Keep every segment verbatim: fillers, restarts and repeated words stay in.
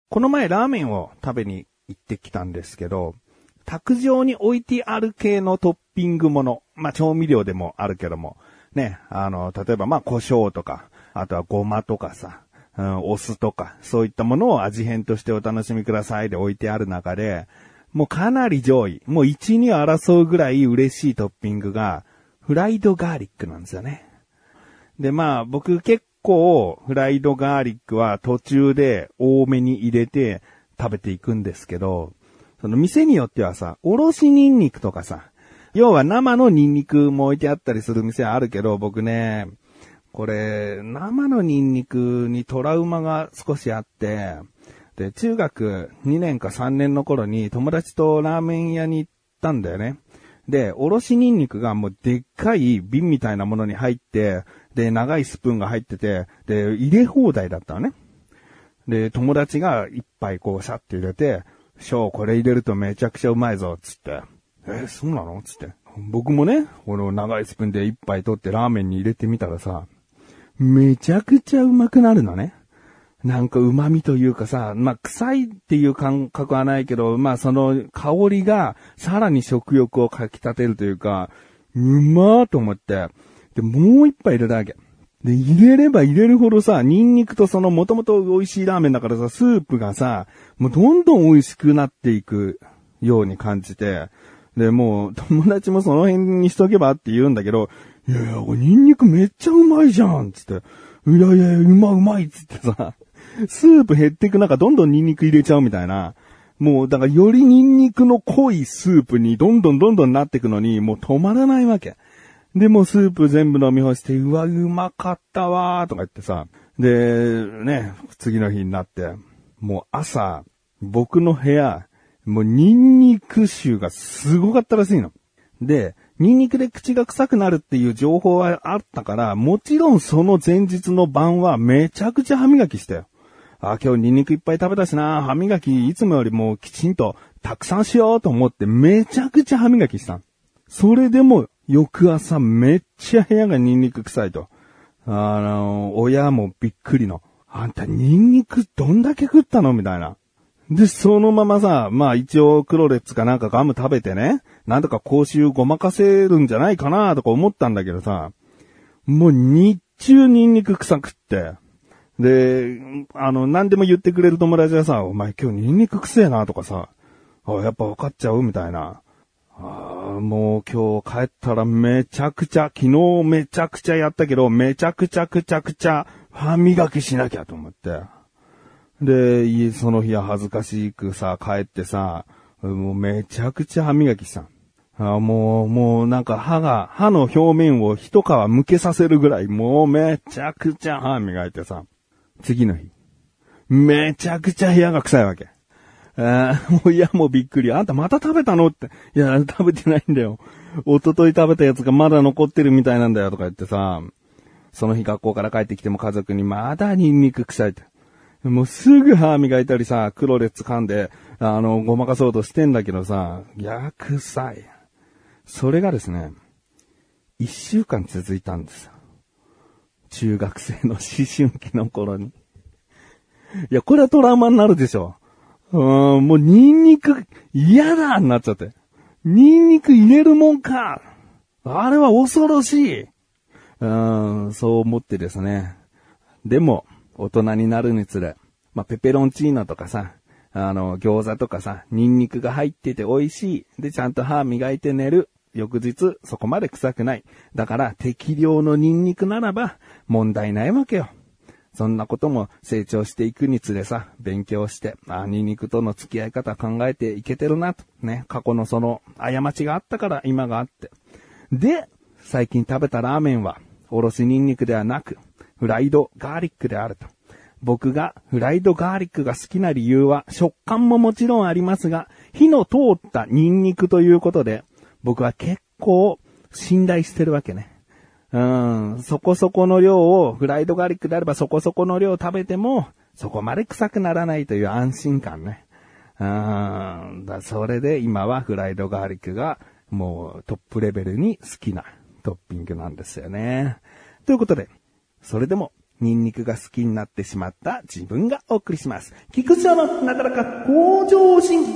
この前ラーメンを食べに行ってきたんですけど、卓上に置いてある系のトッピングもの、まあ調味料でもあるけども、ね、あの、例えばまあ胡椒とか、あとはごまとかさ、うん、お酢とか、そういったものを味変としてお楽しみくださいで置いてある中で、もうかなり上位、もういち、に争うぐらい嬉しいトッピングが、フライドガーリックなんですよね。で、まあ僕結構フライドガーリックは途中で多めに入れて食べていくんですけど、その店によってはさ、おろしニンニクとかさ、要は生のニンニクも置いてあったりする店はあるけど、僕ね、これ、生のニンニクにトラウマが少しあって、で、中学にねんかさんねんの頃に友達とラーメン屋に行ったんだよね。で、おろしニンニクがもうでっかい瓶みたいなものに入って、で、長いスプーンが入ってて、で、入れ放題だったのね。で、友達が一杯こうシャッて入れて、ショーこれ入れるとめちゃくちゃうまいぞ、つって。え、そうなのつって。僕もね、この長いスプーンで一杯取ってラーメンに入れてみたらさ、めちゃくちゃうまくなるのね。なんか旨味というかさ、まあ、臭いっていう感覚はないけど、まあ、その香りがさらに食欲をかき立てるというか、うまーと思って、で、もう一杯入れたわけ。で、入れれば入れるほどさ、ニンニクとその元々美味しいラーメンだからさ、スープがさ、もうどんどん美味しくなっていくように感じて、で、もう友達もその辺にしとけばって言うんだけど、いやいや、ニンニクめっちゃうまいじゃんつって、いやいや、うまうまいっつってさ、スープ減っていく中どんどんニンニク入れちゃうみたいな、もうだからよりニンニクの濃いスープにどんどんどんどんなっていくのに、もう止まらないわけ。で、もうスープ全部飲み干して、うわ、うまかったわーとか言ってさ、で、ね、次の日になって、もう朝、僕の部屋、もうニンニク臭がすごかったらしいの。で、ニンニクで口が臭くなるっていう情報はあったから、もちろんその前日の晩はめちゃくちゃ歯磨きしたよ。あ、今日ニンニクいっぱい食べたしな、歯磨きいつもよりもきちんとたくさんしようと思ってめちゃくちゃ歯磨きした。それでも翌朝めっちゃ部屋がニンニク臭いと。あの、親もびっくりの。あんたニンニクどんだけ食ったのみたいな。で、そのままさ、まあ一応クロレッツかなんかガム食べてね、なんとか口臭ごまかせるんじゃないかなとか思ったんだけどさ、もう日中ニンニク臭くって。で、あの、何でも言ってくれる友達はさ、お前今日ニンニク臭えなとかさ、あ、やっぱ分かっちゃうみたいな。あ、もう今日帰ったらめちゃくちゃ、昨日めちゃくちゃやったけど、めちゃくちゃくちゃくちゃ歯磨きしなきゃと思って。で、その日は恥ずかしくさ、帰ってさ、もうめちゃくちゃ歯磨きした。あ、もう、もうなんか歯が、歯の表面を一皮むけさせるぐらい、もうめちゃくちゃ歯磨いてさ、次の日、めちゃくちゃ部屋が臭いわけ。あもういやもうびっくり。あんたまた食べたのって。いや、食べてないんだよ。一昨日食べたやつがまだ残ってるみたいなんだよとか言ってさ、その日学校から帰ってきても家族にまだニンニク臭いって。もうすぐ歯磨いたりさ、クロレッツ噛んで、あの、ごまかそうとしてんだけどさ、いや、臭い。それがですね、一週間続いたんですよ。中学生の思春期の頃に。いや、これはトラウマになるでしょ。うーん、もうニンニク嫌だになっちゃって。ニンニク入れるもんか。あれは恐ろしい。うーん、そう思ってですね。でも、大人になるにつれ、まあ、ペペロンチーノとかさ、あの、餃子とかさ、ニンニクが入ってて美味しい。で、ちゃんと歯磨いて寝る。翌日、そこまで臭くない。だから、適量のニンニクならば、問題ないわけよ。そんなことも成長していくにつれさ、勉強して、あ、ニンニクとの付き合い方考えていけてるなと。ね、過去のその、過ちがあったから今があって。で、最近食べたラーメンは、おろしニンニクではなく、フライドガーリックであると。僕がフライドガーリックが好きな理由は食感ももちろんありますが、火の通ったニンニクということで、僕は結構信頼してるわけね。うん、そこそこの量を、フライドガーリックであればそこそこの量を食べても、そこまで臭くならないという安心感ね。うん、だそれで今はフライドガーリックがもうトップレベルに好きなトッピングなんですよね。ということで、それでもニンニクが好きになってしまった自分がお送りします。菊池のなだらか向上心。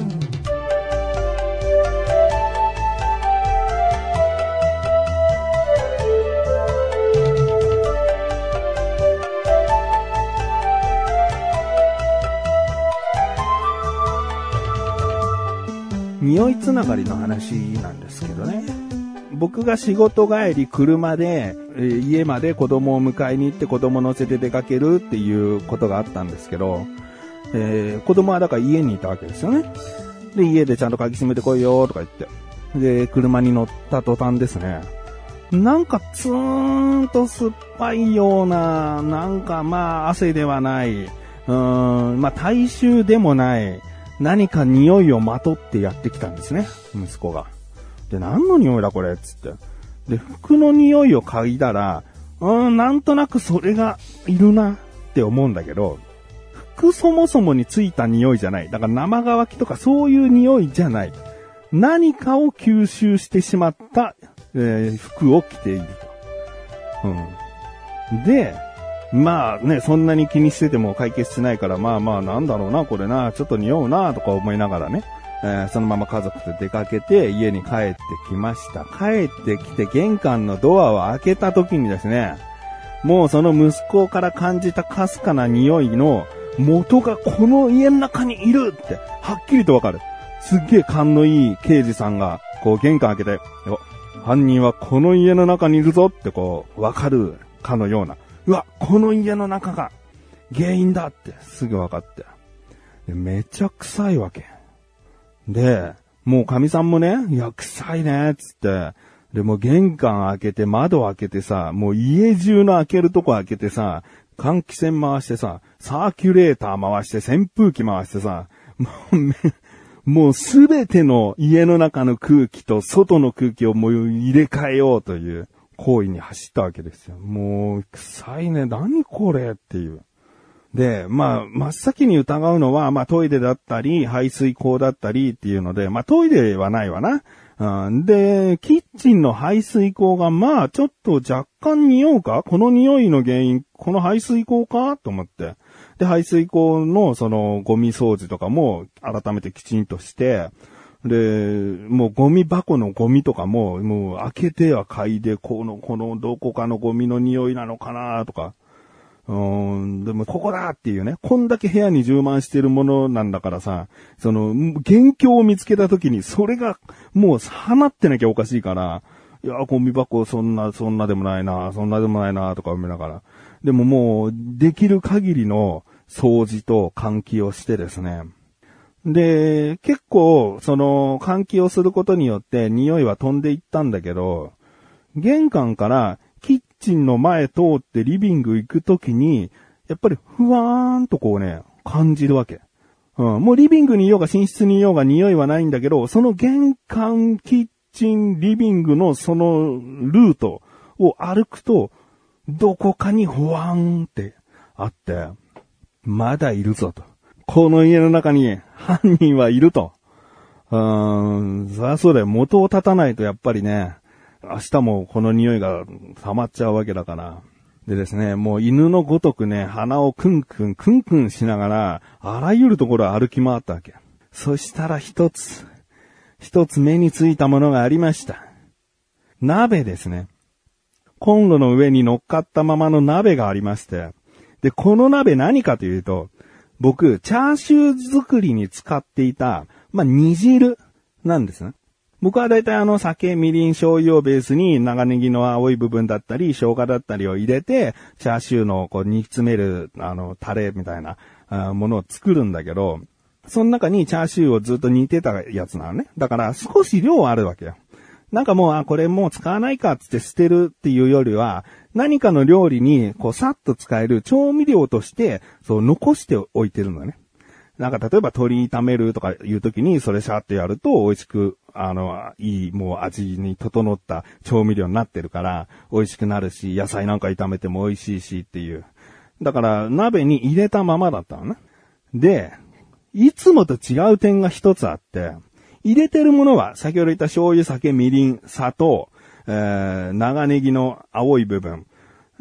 匂いつながりの話なんですけどね。僕が仕事帰り車で、えー、家まで子供を迎えに行って子供乗せて出かけるっていうことがあったんですけど、えー、子供はだから家にいたわけですよね。で、家でちゃんと鍵閉めてこいよとか言って。で、車に乗った途端ですね。なんかツーンと酸っぱいような、なんかまあ汗ではない、うーん、まあ体臭でもない、何か匂いをまとってやってきたんですね、息子が。で、何の匂いだこれっつって。で、服の匂いを嗅いだら、うーん、なんとなくそれがいるなって思うんだけど、服そもそもについた匂いじゃない。だから生乾きとかそういう匂いじゃない。何かを吸収してしまった、えー、服を着ていると。うん。で、まあね、そんなに気にしてても解決しないから、まあまあなんだろうな、これな、ちょっと匂うな、とか思いながらね。えー、そのまま家族と出かけて家に帰ってきました。帰ってきて玄関のドアを開けた時にですね、もうその息子から感じたかすかな匂いの元がこの家の中にいるってはっきりとわかる。すっげえ勘のいい刑事さんがこう玄関開けて、よ、犯人はこの家の中にいるぞってこうわかるかのような、うわ、この家の中が原因だってすぐわかって、めちゃ臭いわけ。で、もう神さんもね、いや、臭いね、つって。で、もう玄関開けて、窓開けてさ、もう家中の開けるとこ開けてさ、換気扇回してさ、サーキュレーター回して、扇風機回してさ、もうめ、もうすべての家の中の空気と外の空気をもう入れ替えようという行為に走ったわけですよ。もう、臭いね、何これっていう。で、まあ、真っ先に疑うのは、まあ、トイレだったり、排水口だったりっていうので、まあ、トイレはないわな。うん、で、キッチンの排水口が、まあ、ちょっと若干匂うか？この匂いの原因、この排水口か？と思って。で、排水口の、その、ゴミ掃除とかも、改めてきちんとして、で、もうゴミ箱のゴミとかも、もう開けては嗅いで、この、この、どこかのゴミの匂いなのかなとか、うーん、でもここだっていうね、こんだけ部屋に充満してるものなんだからさ、その、元凶を見つけた時に、それがもう放ってなきゃおかしいから、いや、ゴミ箱そんな、そんなでもないな、そんなでもないな、とか思いながら。でももう、できる限りの掃除と換気をしてですね。で、結構、その、換気をすることによって匂いは飛んでいったんだけど、玄関から、キッチンの前通ってリビング行くときに、やっぱりふわーんとこうね、感じるわけ。うん、もうリビングにいようが寝室にいようが匂いはないんだけど、その玄関、キッチン、リビングのそのルートを歩くと、どこかにふわーんってあって、まだいるぞと。この家の中に犯人はいると。うーん、そりゃそうだよ。元を立たないとやっぱりね、明日もこの匂いが溜まっちゃうわけだから。でですね、もう犬のごとくね、鼻をクンクン、クンクンしながら、あらゆるところを歩き回ったわけ。そしたら一つ、一つ目についたものがありました。鍋ですね。コンロの上に乗っかったままの鍋がありまして。で、この鍋何かというと、僕、チャーシュー作りに使っていた、まあ、煮汁なんですね。僕はだいたいあの酒、みりん、醤油をベースに長ネギの青い部分だったり、生姜だったりを入れて、チャーシューのこう煮詰める、あの、タレみたいなものを作るんだけど、その中にチャーシューをずっと煮てたやつなのね。だから少し量あるわけよ。なんかもう、あ、これもう使わないかっつって捨てるっていうよりは、何かの料理にこうさっと使える調味料として、そう残しておいてるのね。なんか例えば鶏炒めるとかいう時にそれシャーってやると美味しく、あの、いいもう味に整った調味料になってるから美味しくなるし、野菜なんか炒めても美味しいしっていう。だから鍋に入れたままだったのね。で、いつもと違う点が一つあって、入れてるものは先ほど言った醤油、酒、みりん、砂糖、えー、長ネギの青い部分。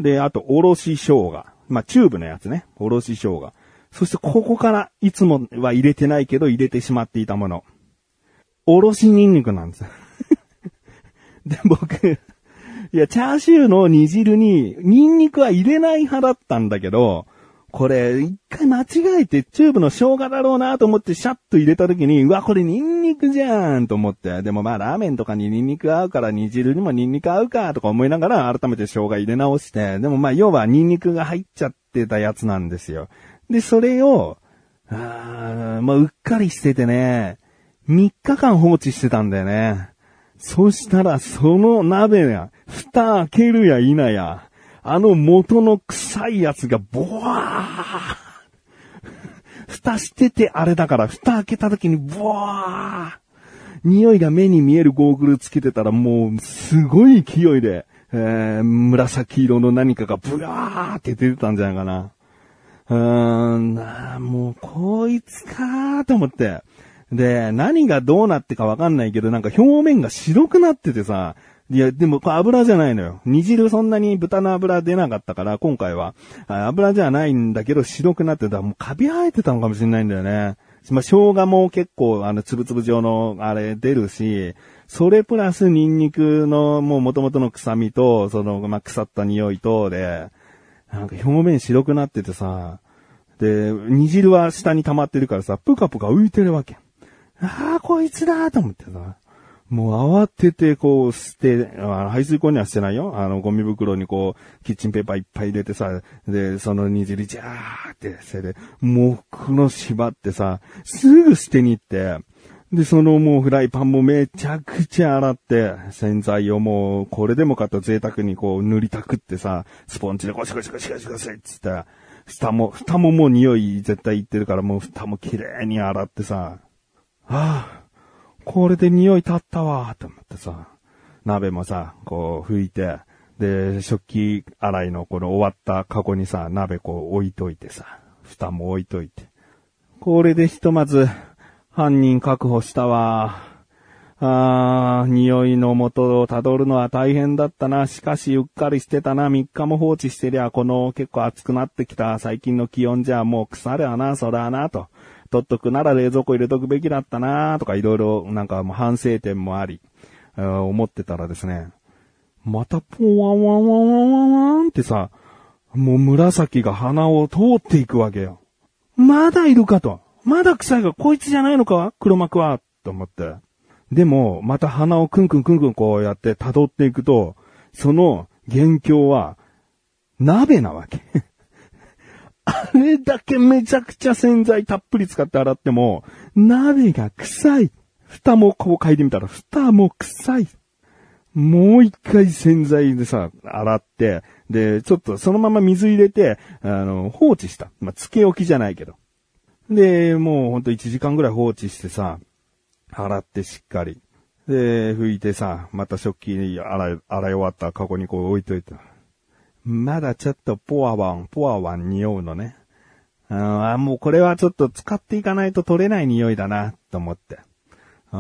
で、あと、おろし生姜。まあ、チューブのやつね。おろし生姜。そして、ここから、いつもは入れてないけど、入れてしまっていたもの。おろしニンニクなんです。で、僕、いや、チャーシューの煮汁に、ニンニクは入れない派だったんだけど、これ、一回間違えて、チューブの生姜だろうなと思って、シャッと入れた時に、うわ、これニンニクじゃんと思って。でもまあ、ラーメンとかにニンニク合うから、煮汁にもニンニク合うかとか思いながら、改めて生姜入れ直して。でもまあ、要はニンニクが入っちゃってたやつなんですよ。で、それを、あー、まあ、うっかりしててね、みっかかん放置してたんだよね。そしたら、その鍋が、蓋開けるや否や、あの元の臭いやつが、ボワー蓋しててあれだから、蓋開けた時に、ボワー匂いが目に見えるゴーグルつけてたら、もう、すごい勢いで、えー、紫色の何かが、ブワーって出てたんじゃないかな。うーん、なもう、こいつかーと思って。で、何がどうなってかわかんないけど、なんか表面が白くなっててさ、いや、でも、油じゃないのよ。煮汁そんなに豚の油出なかったから、今回は。油じゃないんだけど、白くなってた。もうカビ生えてたのかもしれないんだよね。まあ、生姜も結構、あの、つぶつぶ状の、あれ出るし、それプラスニンニクの、もう元々の臭みと、その、まあ、腐った匂いとで、なんか表面白くなっててさ、で、煮汁は下に溜まってるからさ、ぷかぷか浮いてるわけ。ああ、こいつだと思ってさ。もう慌ててこう捨て、あ排水口には捨てないよ。あのゴミ袋にこう、キッチンペーパーいっぱい入れてさ、で、その煮汁ジャーって捨てて、もう袋縛ってさ、すぐ捨てに行って、で、そのもうフライパンもめちゃくちゃ洗って、洗剤をもうこれでもかと贅沢にこう塗りたくってさ、スポンジでゴシゴシゴシゴシゴシって言ったら、蓋も、蓋ももう匂い絶対いってるからもう蓋も綺麗に洗ってさ、ああ、これで匂い立ったわ、と思ってさ、鍋もさ、こう拭いて、で、食器洗いのこの終わったカゴにさ、鍋こう置いといてさ、蓋も置いといて。これでひとまず、犯人確保したわ。あー、匂いの元をたどるのは大変だったな。しかし、うっかりしてたな。みっかも放置してりゃ、この結構暑くなってきた最近の気温じゃもう腐れはな、そらな、と。取っとくなら冷蔵庫入れとくべきだったなとかいろいろなんかもう反省点もあり、思ってたらですね、またポワワワワワワンってさ、もう紫が鼻を通っていくわけよ。まだいるかと。まだ臭いがこいつじゃないのか黒幕はと思って。でもまた鼻をクンクンクンクンこうやって辿っていくと、その元凶は鍋なわけ。あれだけめちゃくちゃ洗剤たっぷり使って洗っても、鍋が臭い。蓋もこう嗅いでみたら、蓋も臭い。もう一回洗剤でさ、洗って、で、ちょっとそのまま水入れて、あの、放置した。まあ、つけ置きじゃないけど。で、もうほんといちじかんぐらい放置してさ、洗ってしっかり。で、拭いてさ、また食器に洗い、洗い終わったカゴにこう置いといて。まだちょっとポワワン、ポワワン匂うのね。ああ、もうこれはちょっと使っていかないと取れない匂いだな、と思って。うん、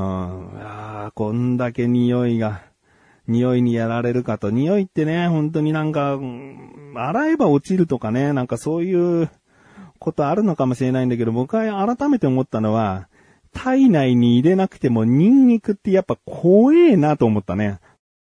ああ、こんだけ匂いが、匂いにやられるかと。匂いってね、本当になんか、洗えば落ちるとかね、なんかそういうことあるのかもしれないんだけど、僕は改めて思ったのは、体内に入れなくてもニンニクってやっぱ怖えなと思ったね。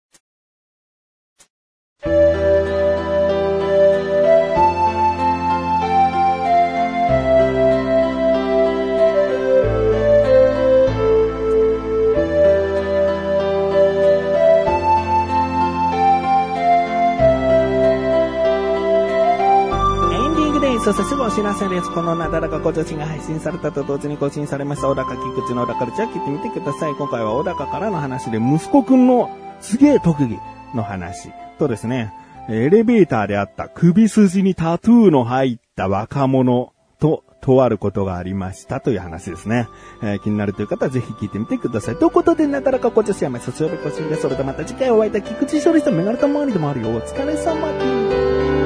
そしてすぐお知らせです。このなだらかご女子が配信されたと同時に更新されました小高菊池の小高ルチャー聞いてみてください。今回は小高からの話で息子くんのすげえ特技の話とですね、エレベーターであった首筋にタトゥーの入った若者ととあることがありましたという話ですね。えー、気になるという方はぜひ聞いてみてください。ということでなだらかご女子はまい卒業日更新です。それではまた次回お会いいた菊池勝利したメガネタ周りでもあるよ。お疲れ様です。